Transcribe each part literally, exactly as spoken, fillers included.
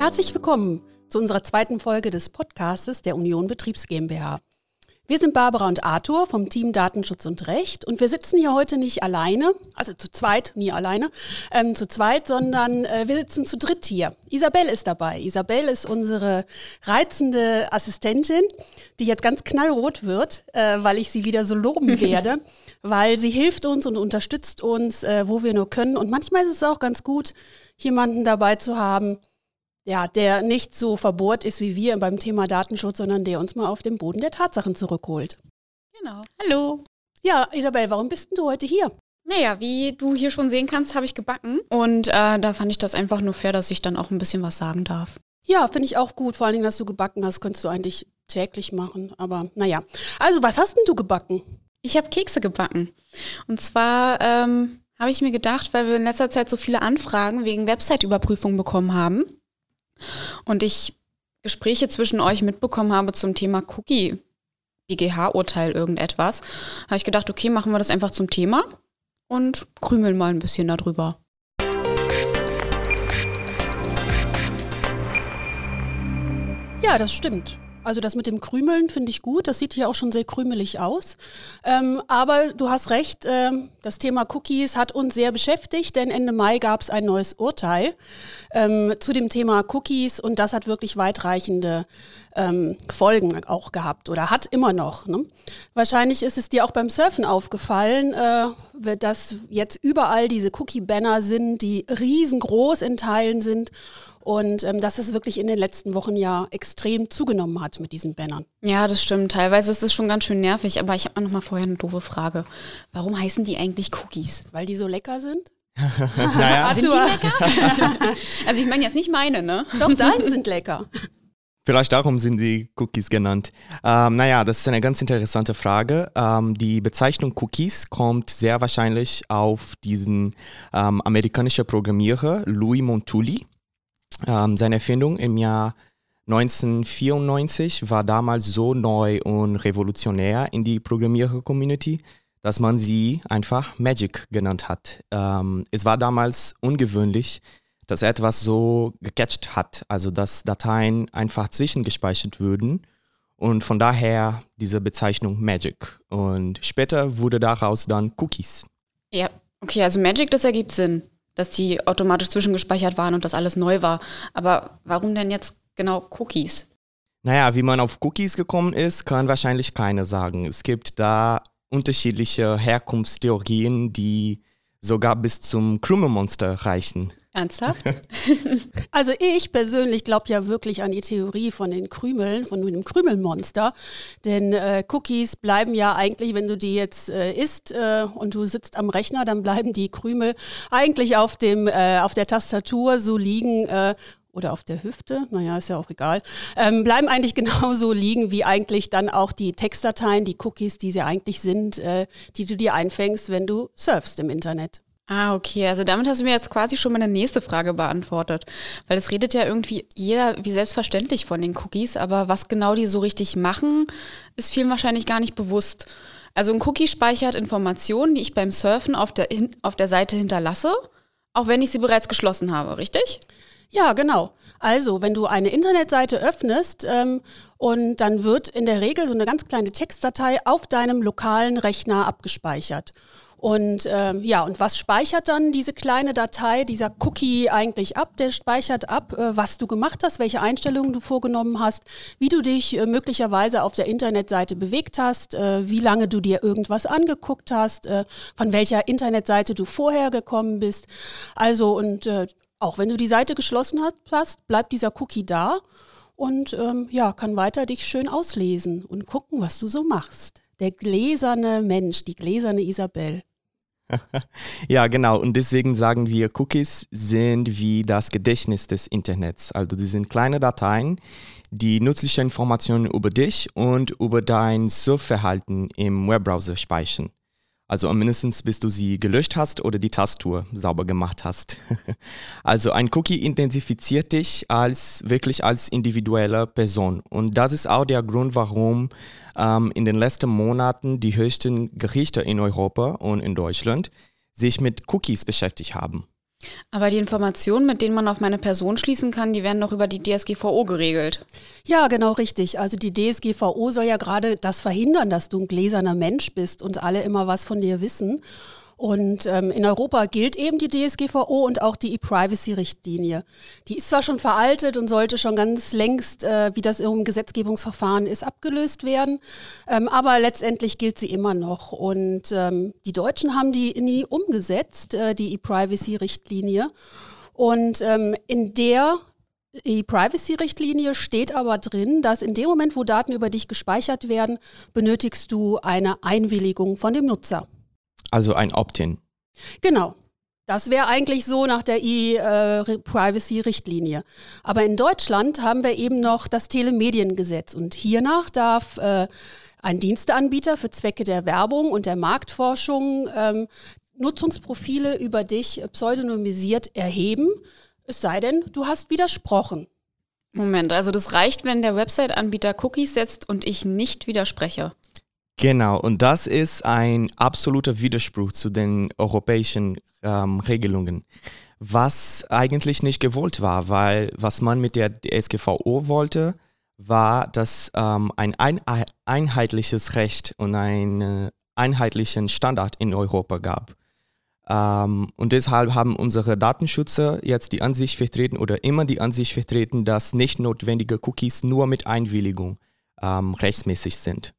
Herzlich willkommen zu unserer zweiten Folge des Podcastes der Union Betriebs GmbH. Wir sind Barbara und Arthur vom Team Datenschutz und Recht und wir sitzen hier heute nicht alleine, also zu zweit, nie alleine, ähm, zu zweit, sondern äh, wir sitzen zu dritt hier. Isabel ist dabei. Isabel ist unsere reizende Assistentin, die jetzt ganz knallrot wird, äh, weil ich sie wieder so loben werde, weil sie hilft uns und unterstützt uns, äh, wo wir nur können. Und manchmal ist es auch ganz gut, jemanden dabei zu haben, ja, der nicht so verbohrt ist wie wir beim Thema Datenschutz, sondern der uns mal auf den Boden der Tatsachen zurückholt. Genau. Hallo. Ja, Isabel, warum bist denn du heute hier? Naja, wie du hier schon sehen kannst, habe ich gebacken. Und äh, da fand ich das einfach nur fair, dass ich dann auch ein bisschen was sagen darf. Ja, finde ich auch gut. Vor allen Dingen, dass du gebacken hast, könntest du eigentlich täglich machen. Aber naja. Also, was hast denn du gebacken? Ich habe Kekse gebacken. Und zwar ähm, habe ich mir gedacht, weil wir in letzter Zeit so viele Anfragen wegen Website-Überprüfung bekommen haben, und ich Gespräche zwischen euch mitbekommen habe zum Thema Cookie-B G H-Urteil irgendetwas, habe ich gedacht, okay, machen wir das einfach zum Thema und krümeln mal ein bisschen darüber. Ja, das stimmt. Also das mit dem Krümeln finde ich gut, das sieht hier auch schon sehr krümelig aus. Ähm, aber du hast recht, ähm, das Thema Cookies hat uns sehr beschäftigt, denn Ende Mai gab es ein neues Urteil ähm, zu dem Thema Cookies und das hat wirklich weitreichende ähm, Folgen auch gehabt oder hat immer noch. Ne? Wahrscheinlich ist es dir auch beim Surfen aufgefallen, äh, dass jetzt überall diese Cookie-Banner sind, die riesengroß in Teilen sind. Und ähm, dass es wirklich in den letzten Wochen ja extrem zugenommen hat mit diesen Bannern. Ja, das stimmt. Teilweise ist es schon ganz schön nervig. Aber ich habe noch mal vorher eine doofe Frage. Warum heißen die eigentlich Cookies? Weil die so lecker sind? Naja. Sind die lecker? Also ich meine jetzt nicht meine, ne? Doch, deine sind lecker. Vielleicht darum sind die Cookies genannt. Ähm, naja, das ist eine ganz interessante Frage. Ähm, die Bezeichnung Cookies kommt sehr wahrscheinlich auf diesen ähm, amerikanischen Programmierer Louis Montulli. Ähm, seine Erfindung im Jahr neunzehnhundertvierundneunzig war damals so neu und revolutionär in die Programmierer-Community, dass man sie einfach Magic genannt hat. Ähm, es war damals ungewöhnlich, dass etwas so gecatcht hat, also dass Dateien einfach zwischengespeichert würden und von daher diese Bezeichnung Magic. Und später wurde daraus dann Cookies. Ja, okay, also Magic, das ergibt Sinn, dass die automatisch zwischengespeichert waren und das alles neu war. Aber warum denn jetzt genau Cookies? Naja, wie man auf Cookies gekommen ist, kann wahrscheinlich keiner sagen. Es gibt da unterschiedliche Herkunftstheorien, die sogar bis zum Krümelmonster reichen. Ernsthaft? Also ich persönlich glaube ja wirklich an die Theorie von den Krümeln, von dem Krümelmonster. Denn äh, Cookies bleiben ja eigentlich, wenn du die jetzt äh, isst äh, und du sitzt am Rechner, dann bleiben die Krümel eigentlich auf, dem, äh, auf der Tastatur so liegen äh, oder auf der Hüfte, naja, ist ja auch egal, ähm, bleiben eigentlich genauso liegen wie eigentlich dann auch die Textdateien, die Cookies, die sie eigentlich sind, äh, die du dir einfängst, wenn du surfst im Internet. Ah, okay. Also damit hast du mir jetzt quasi schon meine nächste Frage beantwortet. Weil es redet ja irgendwie jeder wie selbstverständlich von den Cookies, aber was genau die so richtig machen, ist vielen wahrscheinlich gar nicht bewusst. Also ein Cookie speichert Informationen, die ich beim Surfen auf der, auf der Seite hinterlasse, auch wenn ich sie bereits geschlossen habe, richtig? Ja, genau. Also, wenn du eine Internetseite öffnest ähm, und dann wird in der Regel so eine ganz kleine Textdatei auf deinem lokalen Rechner abgespeichert. Und ähm, ja, und was speichert dann diese kleine Datei, dieser Cookie eigentlich ab? Der speichert ab, äh, was du gemacht hast, welche Einstellungen du vorgenommen hast, wie du dich äh, möglicherweise auf der Internetseite bewegt hast, äh, wie lange du dir irgendwas angeguckt hast, äh, von welcher Internetseite du vorher gekommen bist. Also und äh, auch wenn du die Seite geschlossen hast, bleibt dieser Cookie da und ähm, ja, kann weiter dich schön auslesen und gucken, was du so machst. Der gläserne Mensch, die gläserne Isabel. Ja, genau. Und deswegen sagen wir, Cookies sind wie das Gedächtnis des Internets. Also die sind kleine Dateien, die nützliche Informationen über dich und über dein Surfverhalten im Webbrowser speichern. Also mindestens bis du sie gelöscht hast oder die Tastatur sauber gemacht hast. Also ein Cookie identifiziert dich als wirklich als individuelle Person. Und das ist auch der Grund, warum ähm, in den letzten Monaten die höchsten Gerichte in Europa und in Deutschland sich mit Cookies beschäftigt haben. Aber die Informationen, mit denen man auf meine Person schließen kann, die werden doch über die D S G V O geregelt. Ja, genau richtig. Also die D S G V O soll ja gerade das verhindern, dass du ein gläserner Mensch bist und alle immer was von dir wissen. Und ähm, in Europa gilt eben die D S G V O und auch die E-Privacy-Richtlinie. Die ist zwar schon veraltet und sollte schon ganz längst, äh, wie das im Gesetzgebungsverfahren ist, abgelöst werden, ähm, aber letztendlich gilt sie immer noch. Und ähm, die Deutschen haben die nie umgesetzt, äh, die E-Privacy-Richtlinie. Und ähm, in der E-Privacy-Richtlinie steht aber drin, dass in dem Moment, wo Daten über dich gespeichert werden, benötigst du eine Einwilligung von dem Nutzer. Also ein Opt-in. Genau. Das wäre eigentlich so nach der E-Privacy-Richtlinie. Aber in Deutschland haben wir eben noch das Telemediengesetz. Und hiernach darf äh, ein Diensteanbieter für Zwecke der Werbung und der Marktforschung ähm, Nutzungsprofile über dich pseudonymisiert erheben, es sei denn, du hast widersprochen. Moment, also das reicht, wenn der Website-Anbieter Cookies setzt und ich nicht widerspreche. Genau, und das ist ein absoluter Widerspruch zu den europäischen ähm, Regelungen, was eigentlich nicht gewollt war, weil was man mit der D S G V O wollte, war, dass ähm, ein, ein einheitliches Recht und einen einheitlichen Standard in Europa gab. Ähm, und deshalb haben unsere Datenschützer jetzt die Ansicht vertreten oder immer die Ansicht vertreten, dass nicht notwendige Cookies nur mit Einwilligung ähm, rechtsmäßig sind.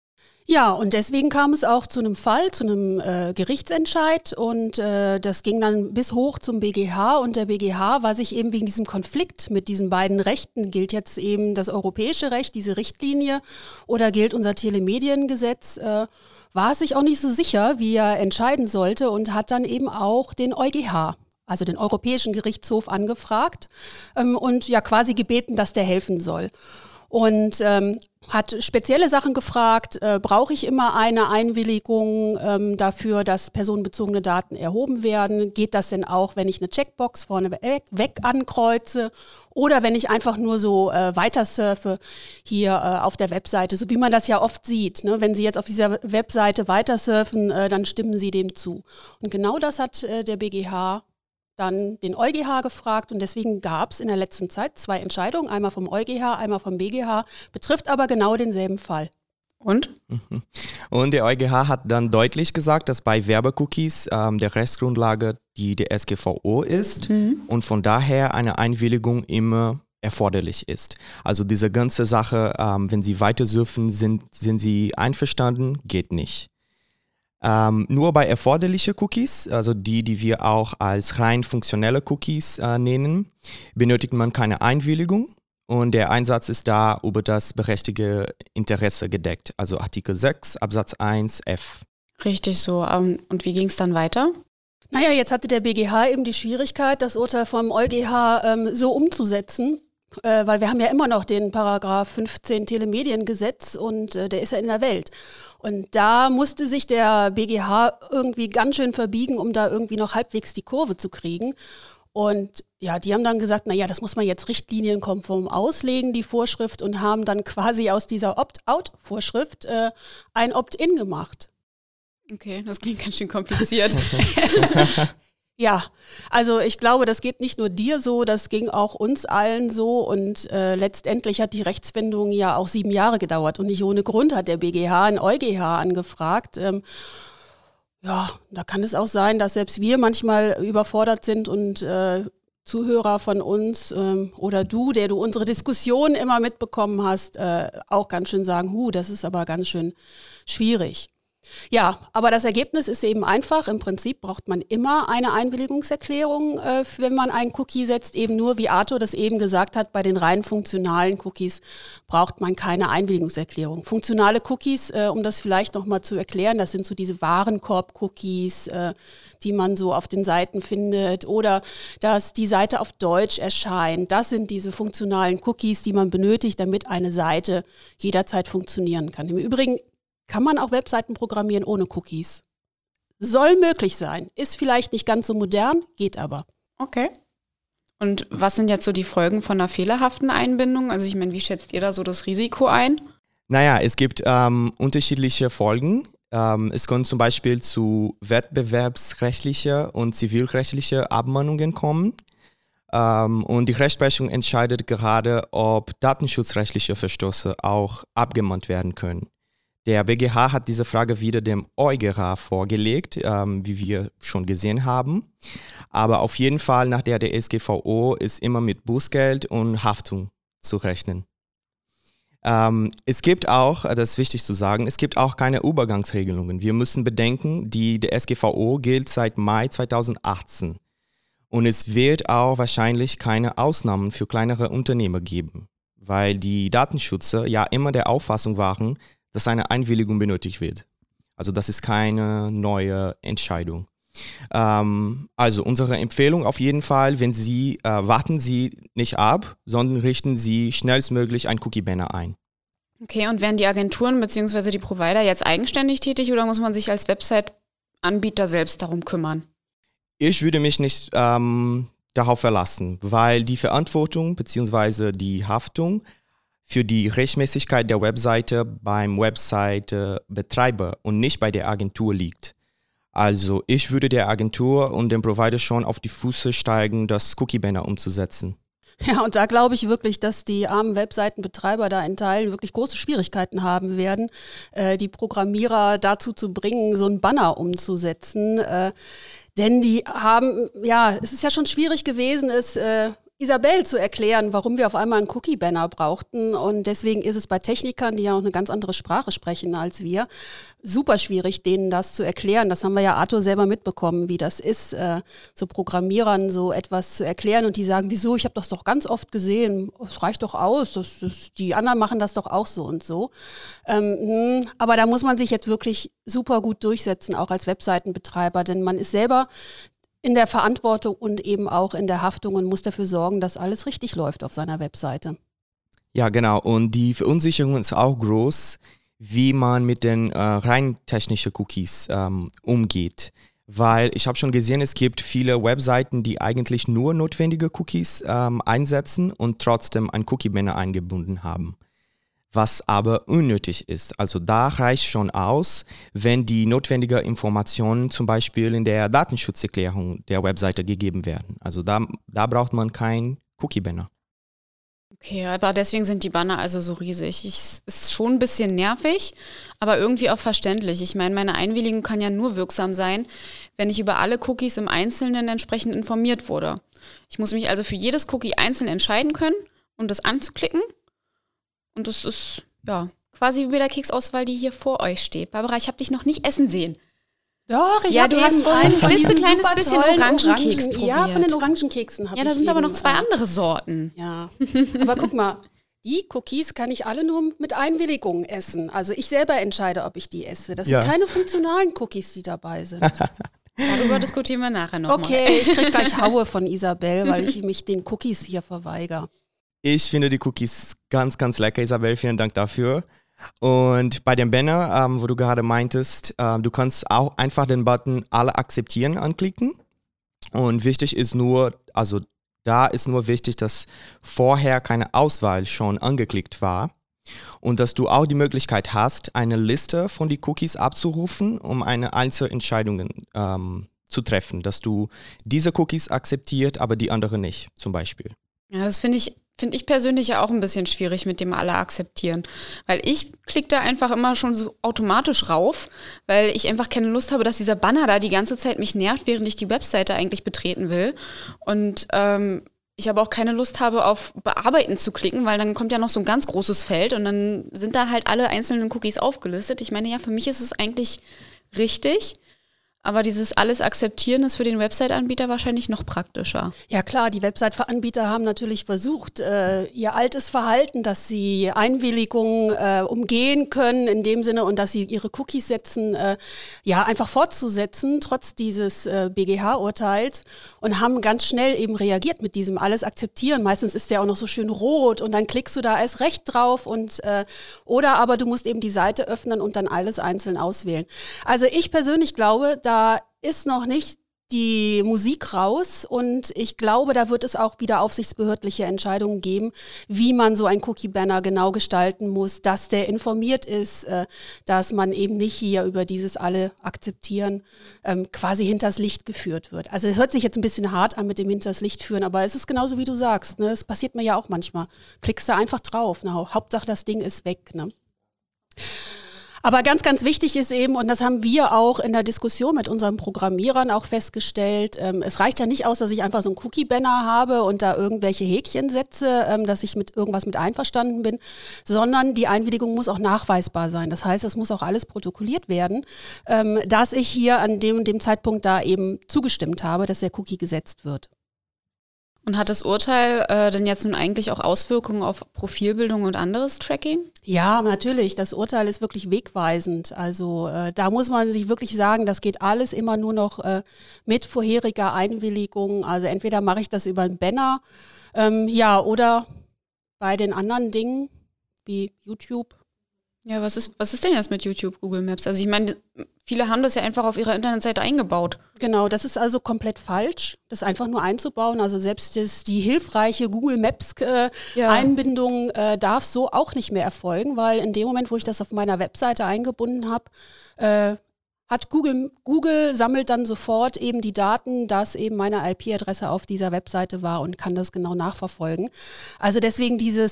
Ja, und deswegen kam es auch zu einem Fall, zu einem äh, Gerichtsentscheid und äh, das ging dann bis hoch zum B G H und der B G H war sich eben wegen diesem Konflikt mit diesen beiden Rechten, gilt jetzt eben das europäische Recht, diese Richtlinie oder gilt unser Telemediengesetz, äh, war es sich auch nicht so sicher, wie er entscheiden sollte und hat dann eben auch den EuGH, also den Europäischen Gerichtshof, angefragt ähm, und ja quasi gebeten, dass der helfen soll. Und ähm, hat spezielle Sachen gefragt, äh, brauche ich immer eine Einwilligung ähm, dafür, dass personenbezogene Daten erhoben werden? Geht das denn auch, wenn ich eine Checkbox vorne weg, weg ankreuze oder wenn ich einfach nur so äh, weitersurfe hier äh, auf der Webseite, so wie man das ja oft sieht. Ne? Wenn Sie jetzt auf dieser Webseite weitersurfen, äh, dann stimmen Sie dem zu. Und genau das hat äh, der B G H dann den EuGH gefragt und deswegen gab es in der letzten Zeit zwei Entscheidungen, einmal vom EuGH, einmal vom B G H, betrifft aber genau denselben Fall. Und? Und der EuGH hat dann deutlich gesagt, dass bei Werbecookies ähm, der Rechtsgrundlage die D S G V O ist mhm. und von daher eine Einwilligung immer erforderlich ist. Also diese ganze Sache, ähm, wenn Sie weiter surfen, sind, sind Sie einverstanden, geht nicht. Ähm, nur bei erforderlichen Cookies, also die, die wir auch als rein funktionelle Cookies äh, nennen, benötigt man keine Einwilligung und der Einsatz ist da über das berechtigte Interesse gedeckt, also Artikel sechs Absatz eins F. Richtig so. Und wie ging es dann weiter? Naja, jetzt hatte der B G H eben die Schwierigkeit, das Urteil vom EuGH ähm, so umzusetzen, äh, weil wir haben ja immer noch den Paragraph fünfzehn Telemediengesetz und äh, der ist ja in der Welt. Und da musste sich der B G H irgendwie ganz schön verbiegen, um da irgendwie noch halbwegs die Kurve zu kriegen. Und ja, die haben dann gesagt, naja, das muss man jetzt richtlinienkonform auslegen, die Vorschrift, und haben dann quasi aus dieser Opt-out-Vorschrift äh, ein Opt-in gemacht. Okay, das klingt ganz schön kompliziert. Ja, also ich glaube, das geht nicht nur dir so, das ging auch uns allen so und äh, letztendlich hat die Rechtsfindung ja auch sieben Jahre gedauert und nicht ohne Grund hat der B G H einen EuGH angefragt. Ähm, ja, da kann es auch sein, dass selbst wir manchmal überfordert sind und äh, Zuhörer von uns ähm, oder du, der du unsere Diskussion immer mitbekommen hast, äh, auch ganz schön sagen, hu, das ist aber ganz schön schwierig. Ja, aber das Ergebnis ist eben einfach. Im Prinzip braucht man immer eine Einwilligungserklärung, äh, wenn man einen Cookie setzt. Eben nur, wie Arthur das eben gesagt hat, bei den rein funktionalen Cookies braucht man keine Einwilligungserklärung. Funktionale Cookies, äh, um das vielleicht nochmal zu erklären, das sind so diese Warenkorb-Cookies, äh, die man so auf den Seiten findet oder dass die Seite auf Deutsch erscheint. Das sind diese funktionalen Cookies, die man benötigt, damit eine Seite jederzeit funktionieren kann. Im Übrigen kann man auch Webseiten programmieren ohne Cookies. Soll möglich sein. Ist vielleicht nicht ganz so modern, geht aber. Okay. Und was sind jetzt so die Folgen von einer fehlerhaften Einbindung? Also ich meine, wie schätzt ihr da so das Risiko ein? Naja, es gibt ähm, unterschiedliche Folgen. Ähm, es kann zum Beispiel zu wettbewerbsrechtlichen und zivilrechtlichen Abmahnungen kommen. Ähm, und die Rechtsprechung entscheidet gerade, ob datenschutzrechtliche Verstöße auch abgemahnt werden können. Der B G H hat diese Frage wieder dem EuGH vorgelegt, ähm, wie wir schon gesehen haben. Aber auf jeden Fall nach der D S G V O ist immer mit Bußgeld und Haftung zu rechnen. Ähm, es gibt auch, das ist wichtig zu sagen, es gibt auch keine Übergangsregelungen. Wir müssen bedenken, die D S G V O gilt seit Mai zweitausendachtzehn. Und es wird auch wahrscheinlich keine Ausnahmen für kleinere Unternehmen geben, weil die Datenschützer ja immer der Auffassung waren, dass eine Einwilligung benötigt wird. Also das ist keine neue Entscheidung. Ähm, also unsere Empfehlung auf jeden Fall, wenn Sie, äh, warten Sie nicht ab, sondern richten Sie schnellstmöglich ein Cookie-Banner ein. Okay, und werden die Agenturen bzw. die Provider jetzt eigenständig tätig oder muss man sich als Website-Anbieter selbst darum kümmern? Ich würde mich nicht ähm, darauf verlassen, weil die Verantwortung bzw. die Haftung für die Rechtmäßigkeit der Webseite beim Webseite-Betreiber und nicht bei der Agentur liegt. Also ich würde der Agentur und dem Provider schon auf die Füße steigen, das Cookie-Banner umzusetzen. Ja, und da glaube ich wirklich, dass die armen Webseitenbetreiber da in Teilen wirklich große Schwierigkeiten haben werden, äh, die Programmierer dazu zu bringen, so ein Banner umzusetzen. Äh, denn die haben, ja, es ist ja schon schwierig gewesen, es äh, Isabel zu erklären, warum wir auf einmal einen Cookie-Banner brauchten. Und deswegen ist es bei Technikern, die ja auch eine ganz andere Sprache sprechen als wir, super schwierig, denen das zu erklären. Das haben wir ja Arthur selber mitbekommen, wie das ist, äh, so Programmierern so etwas zu erklären. Und die sagen, wieso, ich habe das doch ganz oft gesehen, es reicht doch aus, das, das, die anderen machen das doch auch so und so. Ähm, aber da muss man sich jetzt wirklich super gut durchsetzen, auch als Webseitenbetreiber, denn man ist selber in der Verantwortung und eben auch in der Haftung und muss dafür sorgen, dass alles richtig läuft auf seiner Webseite. Ja, genau. Und die Verunsicherung ist auch groß, wie man mit den äh, rein technischen Cookies ähm, umgeht. Weil ich habe schon gesehen, es gibt viele Webseiten, die eigentlich nur notwendige Cookies ähm, einsetzen und trotzdem ein Cookie-Banner eingebunden haben. Was aber unnötig ist. Also da reicht schon aus, wenn die notwendigen Informationen zum Beispiel in der Datenschutzerklärung der Webseite gegeben werden. Also da, da braucht man kein Cookie-Banner. Okay, aber deswegen sind die Banner also so riesig. Es ist schon ein bisschen nervig, aber irgendwie auch verständlich. Ich meine, meine Einwilligung kann ja nur wirksam sein, wenn ich über alle Cookies im Einzelnen entsprechend informiert wurde. Ich muss mich also für jedes Cookie einzeln entscheiden können, um das anzuklicken. Und das ist, ja, quasi wie bei der Keksauswahl, die hier vor euch steht. Barbara, ich habe dich noch nicht essen sehen. Doch, ich ja, habe du hast vorhin ein klitzekleines bisschen Orangenkeks Orangen, probiert. Ja, von den Orangenkeksen habe ich Ja, da sind eben, aber noch zwei äh, andere Sorten. Ja, aber guck mal, die Cookies kann ich alle nur mit Einwilligung essen. Also ich selber entscheide, ob ich die esse. Das Ja. sind keine funktionalen Cookies, die dabei sind. Darüber diskutieren wir nachher nochmal. Okay, ich krieg gleich Haue von Isabel, weil ich mich den Cookies hier verweigere. Ich finde die Cookies ganz, ganz lecker, Isabel. Vielen Dank dafür. Und bei dem Banner, ähm, wo du gerade meintest, äh, du kannst auch einfach den Button Alle akzeptieren anklicken. Und wichtig ist nur, also da ist nur wichtig, dass vorher keine Auswahl schon angeklickt war. Und dass du auch die Möglichkeit hast, eine Liste von den Cookies abzurufen, um eine einzelne Entscheidung ähm, zu treffen. Dass du diese Cookies akzeptiert, aber die anderen nicht, zum Beispiel. Ja, das finde ich, finde ich persönlich ja auch ein bisschen schwierig mit dem alle akzeptieren. Weil ich klicke da einfach immer schon so automatisch rauf, weil ich einfach keine Lust habe, dass dieser Banner da die ganze Zeit mich nervt, während ich die Webseite eigentlich betreten will. Und ähm, ich aber auch keine Lust habe, auf Bearbeiten zu klicken, weil dann kommt ja noch so ein ganz großes Feld und dann sind da halt alle einzelnen Cookies aufgelistet. Ich meine, ja, für mich ist es eigentlich richtig. Aber dieses alles akzeptieren ist für den Website-Anbieter wahrscheinlich noch praktischer. Ja klar, die Website-Anbieter haben natürlich versucht, äh, ihr altes Verhalten, dass sie Einwilligungen äh, umgehen können in dem Sinne und dass sie ihre Cookies setzen, äh, ja einfach fortzusetzen, trotz dieses äh, B G H-Urteils und haben ganz schnell eben reagiert mit diesem alles akzeptieren. Meistens ist der auch noch so schön rot und dann klickst du da erst recht drauf und äh, oder aber du musst eben die Seite öffnen und dann alles einzeln auswählen. Also ich persönlich glaube, da ist noch nicht die Musik raus und ich glaube, da wird es auch wieder aufsichtsbehördliche Entscheidungen geben, wie man so ein Cookie-Banner genau gestalten muss, dass der informiert ist, äh, dass man eben nicht hier über dieses alle akzeptieren ähm, quasi hinters Licht geführt wird. Also es hört sich jetzt ein bisschen hart an mit dem hinters Licht führen, aber es ist genauso, wie du sagst. Ne? Es passiert mir ja auch manchmal. Klickst du einfach drauf. Ne? Hauptsache, das Ding ist weg. Ne? Aber ganz, ganz wichtig ist eben, und das haben wir auch in der Diskussion mit unseren Programmierern auch festgestellt, ähm, es reicht ja nicht aus, dass ich einfach so einen Cookie-Banner habe und da irgendwelche Häkchen setze, ähm, dass ich mit irgendwas mit einverstanden bin, sondern die Einwilligung muss auch nachweisbar sein. Das heißt, es muss auch alles protokolliert werden, ähm, dass ich hier an dem und dem Zeitpunkt da eben zugestimmt habe, dass der Cookie gesetzt wird. Und hat das Urteil äh, denn jetzt nun eigentlich auch Auswirkungen auf Profilbildung und anderes Tracking? Ja, natürlich. Das Urteil ist wirklich wegweisend. Also äh, da muss man sich wirklich sagen, das geht alles immer nur noch äh, mit vorheriger Einwilligung. Also entweder mache ich das über einen Banner, ähm, ja, oder bei den anderen Dingen wie YouTube. Ja, was ist, was ist denn jetzt mit YouTube, Google Maps? Also ich meine, viele haben das ja einfach auf ihrer Internetseite eingebaut. Genau, das ist also komplett falsch, das einfach nur einzubauen. Also selbst das, die hilfreiche Google Maps äh, ja. Einbindung äh, darf so auch nicht mehr erfolgen, weil in dem Moment, wo ich das auf meiner Webseite eingebunden habe, äh, hat Google, Google sammelt dann sofort eben die Daten, dass eben meine I P-Adresse auf dieser Webseite war und kann das genau nachverfolgen. Also deswegen diese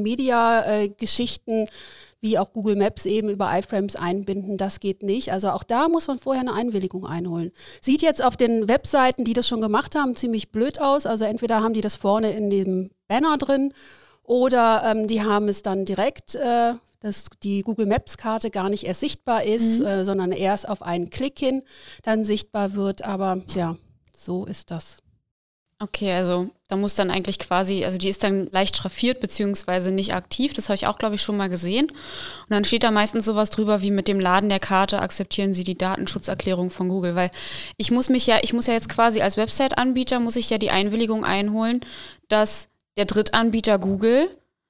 Social-Media-Geschichten, äh, wie auch Google Maps eben über iFrames einbinden, das geht nicht. Also auch da muss man vorher eine Einwilligung einholen. Sieht jetzt auf den Webseiten, die das schon gemacht haben, ziemlich blöd aus. Also entweder haben die das vorne in dem Banner drin oder ähm, die haben es dann direkt, äh, dass die Google Maps-Karte gar nicht erst sichtbar ist, mhm. äh, sondern erst auf einen Klick hin dann sichtbar wird. Aber tja, so ist das. Okay, also da muss dann eigentlich quasi, also die ist dann leicht schraffiert beziehungsweise nicht aktiv, das habe ich auch, glaube ich, schon mal gesehen. Und dann steht da meistens sowas drüber wie mit dem Laden der Karte akzeptieren Sie die Datenschutzerklärung von Google, weil ich muss mich ja, ich muss ja jetzt quasi als Website-Anbieter, muss ich ja die Einwilligung einholen, dass der Drittanbieter Google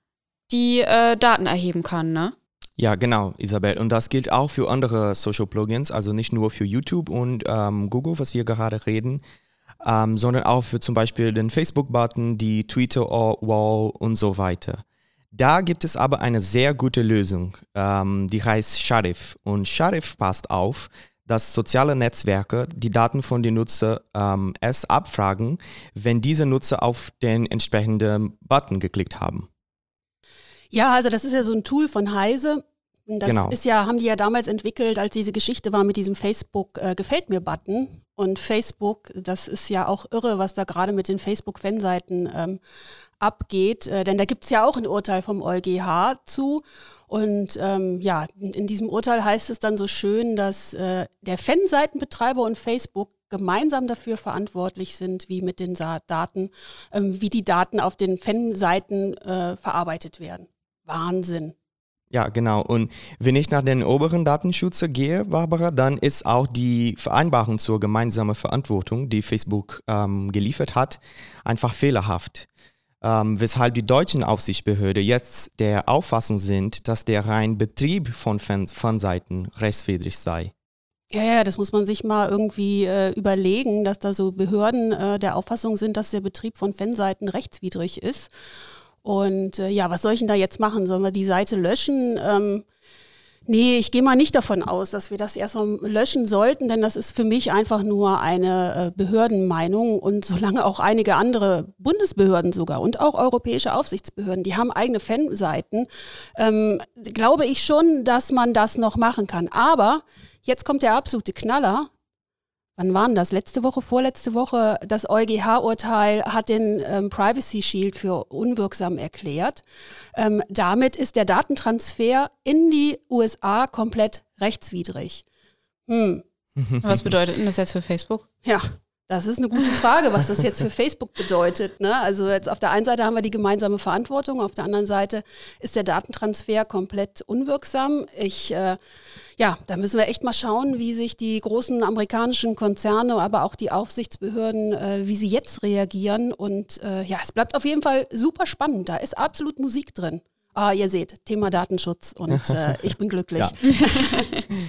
die äh, Daten erheben kann, ne? Ja, genau, Isabel. Und das gilt auch für andere Social-Plugins, also nicht nur für YouTube und ähm, Google, was wir gerade reden, Ähm, sondern auch für zum Beispiel den Facebook-Button, die Twitter-Wall und so weiter. Da gibt es aber eine sehr gute Lösung, ähm, die heißt Sharif. Und Sharif passt auf, dass soziale Netzwerke die Daten von den Nutzern ähm, erst abfragen, wenn diese Nutzer auf den entsprechenden Button geklickt haben. Ja, also das ist ja so ein Tool von Heise. Das genau. ist ja, haben die ja damals entwickelt, als diese Geschichte war mit diesem Facebook-Gefällt-mir-Button. Und Facebook, das ist ja auch irre, was da gerade mit den Facebook-Fanseiten ähm, abgeht. Äh, denn da gibt es ja auch ein Urteil vom EuGH zu. Und ähm, ja, in, in diesem Urteil heißt es dann so schön, dass äh, der Fanseitenbetreiber und Facebook gemeinsam dafür verantwortlich sind, wie mit den Sa- Daten, ähm, wie die Daten auf den Fanseiten äh, verarbeitet werden. Wahnsinn. Ja, genau. Und wenn ich nach den oberen Datenschutz gehe, Barbara, dann ist auch die Vereinbarung zur gemeinsamen Verantwortung, die Facebook ähm, geliefert hat, einfach fehlerhaft. Ähm, weshalb die deutschen Aufsichtsbehörden jetzt der Auffassung sind, dass der reine Betrieb von Fan- Fanseiten rechtswidrig sei. Ja, ja, das muss man sich mal irgendwie äh, überlegen, dass da so Behörden äh, der Auffassung sind, dass der Betrieb von Fanseiten rechtswidrig ist. Und äh, ja, was soll ich denn da jetzt machen? Sollen wir die Seite löschen? Ähm, nee, ich gehe mal nicht davon aus, dass wir das erstmal löschen sollten, denn das ist für mich einfach nur eine äh, Behördenmeinung. Und solange auch einige andere Bundesbehörden sogar und auch europäische Aufsichtsbehörden, die haben eigene Fanseiten, ähm, glaube ich schon, dass man das noch machen kann. Aber jetzt kommt der absolute Knaller. Wann war denn das? Letzte Woche, vorletzte Woche? Das EuGH-Urteil hat den ähm, Privacy Shield für unwirksam erklärt. Ähm, damit ist der Datentransfer in die U S A komplett rechtswidrig. Hm. Was bedeutet denn das jetzt für Facebook? Ja, das ist eine gute Frage, was das jetzt für Facebook bedeutet. Ne? Also jetzt auf der einen Seite haben wir die gemeinsame Verantwortung, auf der anderen Seite ist der Datentransfer komplett unwirksam. Ich, äh, ja, da müssen wir echt mal schauen, wie sich die großen amerikanischen Konzerne, aber auch die Aufsichtsbehörden, äh, wie sie jetzt reagieren. Und äh, ja, es bleibt auf jeden Fall super spannend. Da ist absolut Musik drin. Ah, ihr seht, Thema Datenschutz und äh, ich bin glücklich. Ja.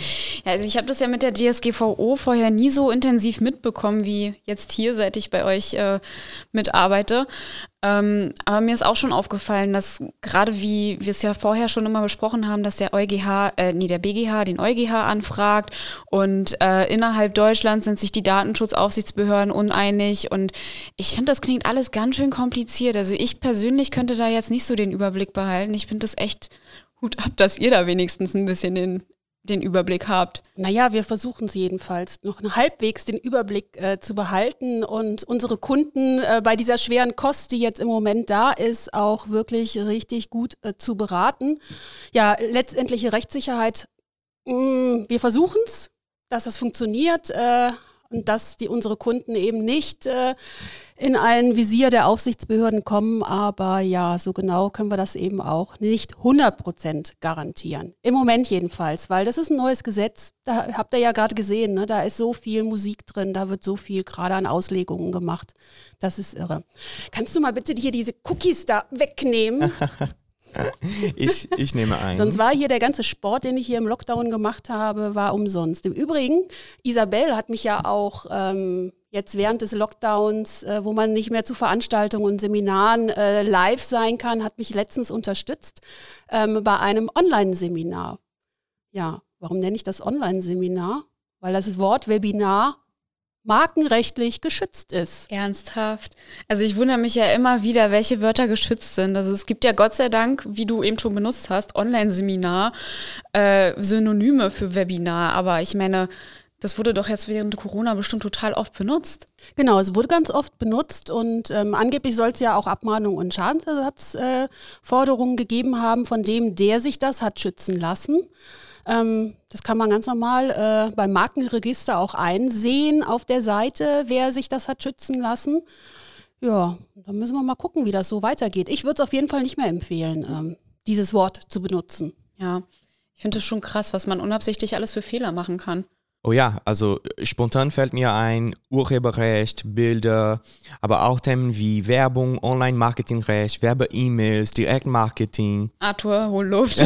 Ja, also ich habe das ja mit der D S G V O vorher nie so intensiv mitbekommen wie jetzt hier, seit ich bei euch äh, mitarbeite. Ähm, aber mir ist auch schon aufgefallen, dass gerade wie wir es ja vorher schon immer besprochen haben, dass der EuGH, äh, nee, der B G H den EuGH anfragt und äh, innerhalb Deutschlands sind sich die Datenschutzaufsichtsbehörden uneinig und ich finde, das klingt alles ganz schön kompliziert. Also ich persönlich könnte da jetzt nicht so den Überblick behalten. Ich finde das echt Hut ab, dass ihr da wenigstens ein bisschen den den Überblick habt. Naja, wir versuchen es jedenfalls, noch halbwegs den Überblick äh, zu behalten und unsere Kunden äh, bei dieser schweren Kost, die jetzt im Moment da ist, auch wirklich richtig gut äh, zu beraten. Ja, letztendliche Rechtssicherheit, mh, wir versuchen es, dass das funktioniert äh, und dass die unsere Kunden eben nicht äh, in ein Visier der Aufsichtsbehörden kommen, aber ja, so genau können wir das eben auch nicht hundert Prozent garantieren. Im Moment jedenfalls, weil das ist ein neues Gesetz, da habt ihr ja gerade gesehen, ne? Da ist so viel Musik drin, da wird so viel gerade an Auslegungen gemacht, das ist irre. Kannst du mal bitte hier diese Cookies da wegnehmen? ich, ich nehme ein. Sonst war hier der ganze Sport, den ich hier im Lockdown gemacht habe, war umsonst. Im Übrigen, Isabel hat mich ja auch ähm, jetzt während des Lockdowns, äh, wo man nicht mehr zu Veranstaltungen und Seminaren äh, live sein kann, hat mich letztens unterstützt ähm, bei einem Online-Seminar. Ja, warum nenne ich das Online-Seminar? Weil das Wort Webinar markenrechtlich geschützt ist. Ernsthaft? Also ich wundere mich ja immer wieder, welche Wörter geschützt sind. Also es gibt ja Gott sei Dank, wie du eben schon benutzt hast, Online-Seminar, äh, Synonyme für Webinar. Aber ich meine, das wurde doch jetzt während Corona bestimmt total oft benutzt. Genau, es wurde ganz oft benutzt und ähm, angeblich soll es ja auch Abmahnungen und Schadensersatzforderungen äh, gegeben haben, von dem, der sich das hat schützen lassen. Ähm, das kann man ganz normal äh, beim Markenregister auch einsehen auf der Seite, wer sich das hat schützen lassen. Ja, dann müssen wir mal gucken, wie das so weitergeht. Ich würde es auf jeden Fall nicht mehr empfehlen, ähm, dieses Wort zu benutzen. Ja, ich finde es schon krass, was man unabsichtlich alles für Fehler machen kann. Oh ja, also spontan fällt mir ein Urheberrecht, Bilder, aber auch Themen wie Werbung, Online-Marketingrecht, Werbe-E-Mails, Direktmarketing. Arthur, hol Luft.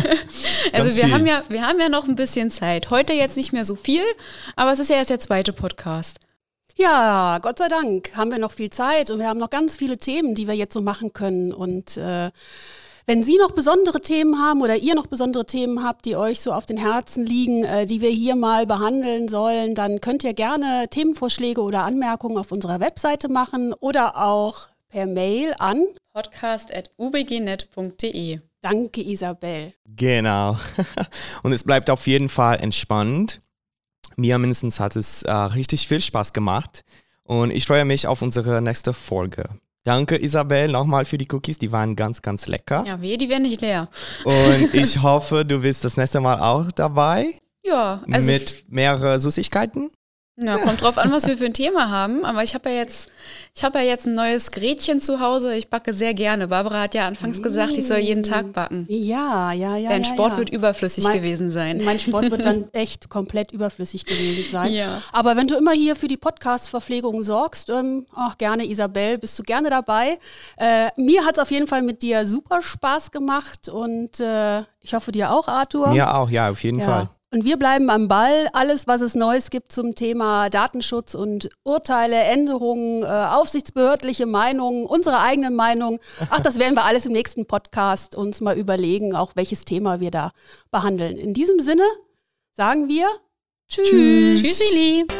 Also wir haben, ja, wir haben ja noch ein bisschen Zeit. Heute jetzt nicht mehr so viel, aber es ist ja erst der zweite Podcast. Ja, Gott sei Dank haben wir noch viel Zeit und wir haben noch ganz viele Themen, die wir jetzt so machen können und äh, wenn Sie noch besondere Themen haben oder ihr noch besondere Themen habt, die euch so auf den Herzen liegen, äh, die wir hier mal behandeln sollen, dann könnt ihr gerne Themenvorschläge oder Anmerkungen auf unserer Webseite machen oder auch per Mail an podcast at u b g net punkt d e. Danke, Isabel. Genau. Und es bleibt auf jeden Fall entspannt. Mir mindestens hat es äh, richtig viel Spaß gemacht und ich freue mich auf unsere nächste Folge. Danke, Isabel, nochmal für die Cookies. Die waren ganz, ganz lecker. Ja, weh, die werden nicht leer. Und ich hoffe, du bist das nächste Mal auch dabei. Ja, also. Mit mehreren Süßigkeiten. Ja, kommt drauf an, was wir für ein Thema haben. Aber ich habe ja jetzt, ich habe ja jetzt ein neues Gretchen zu Hause. Ich backe sehr gerne. Barbara hat ja anfangs gesagt, ich soll jeden Tag backen. Ja, ja, ja. Dein ja, Sport ja. wird überflüssig mein, gewesen sein. Mein Sport wird dann echt komplett überflüssig gewesen sein. Ja. Aber wenn du immer hier für die Podcast-Verpflegung sorgst, ähm, auch gerne, Isabel, bist du gerne dabei. Äh, mir hat es auf jeden Fall mit dir super Spaß gemacht und äh, ich hoffe dir auch, Arthur. Mir auch, ja, auf jeden ja. Fall. Und wir bleiben am Ball. Alles, was es Neues gibt zum Thema Datenschutz und Urteile, Änderungen, äh, aufsichtsbehördliche Meinungen, unsere eigenen Meinungen. Ach, das werden wir alles im nächsten Podcast uns mal überlegen, auch welches Thema wir da behandeln. In diesem Sinne sagen wir Tschüss. Tschüssili.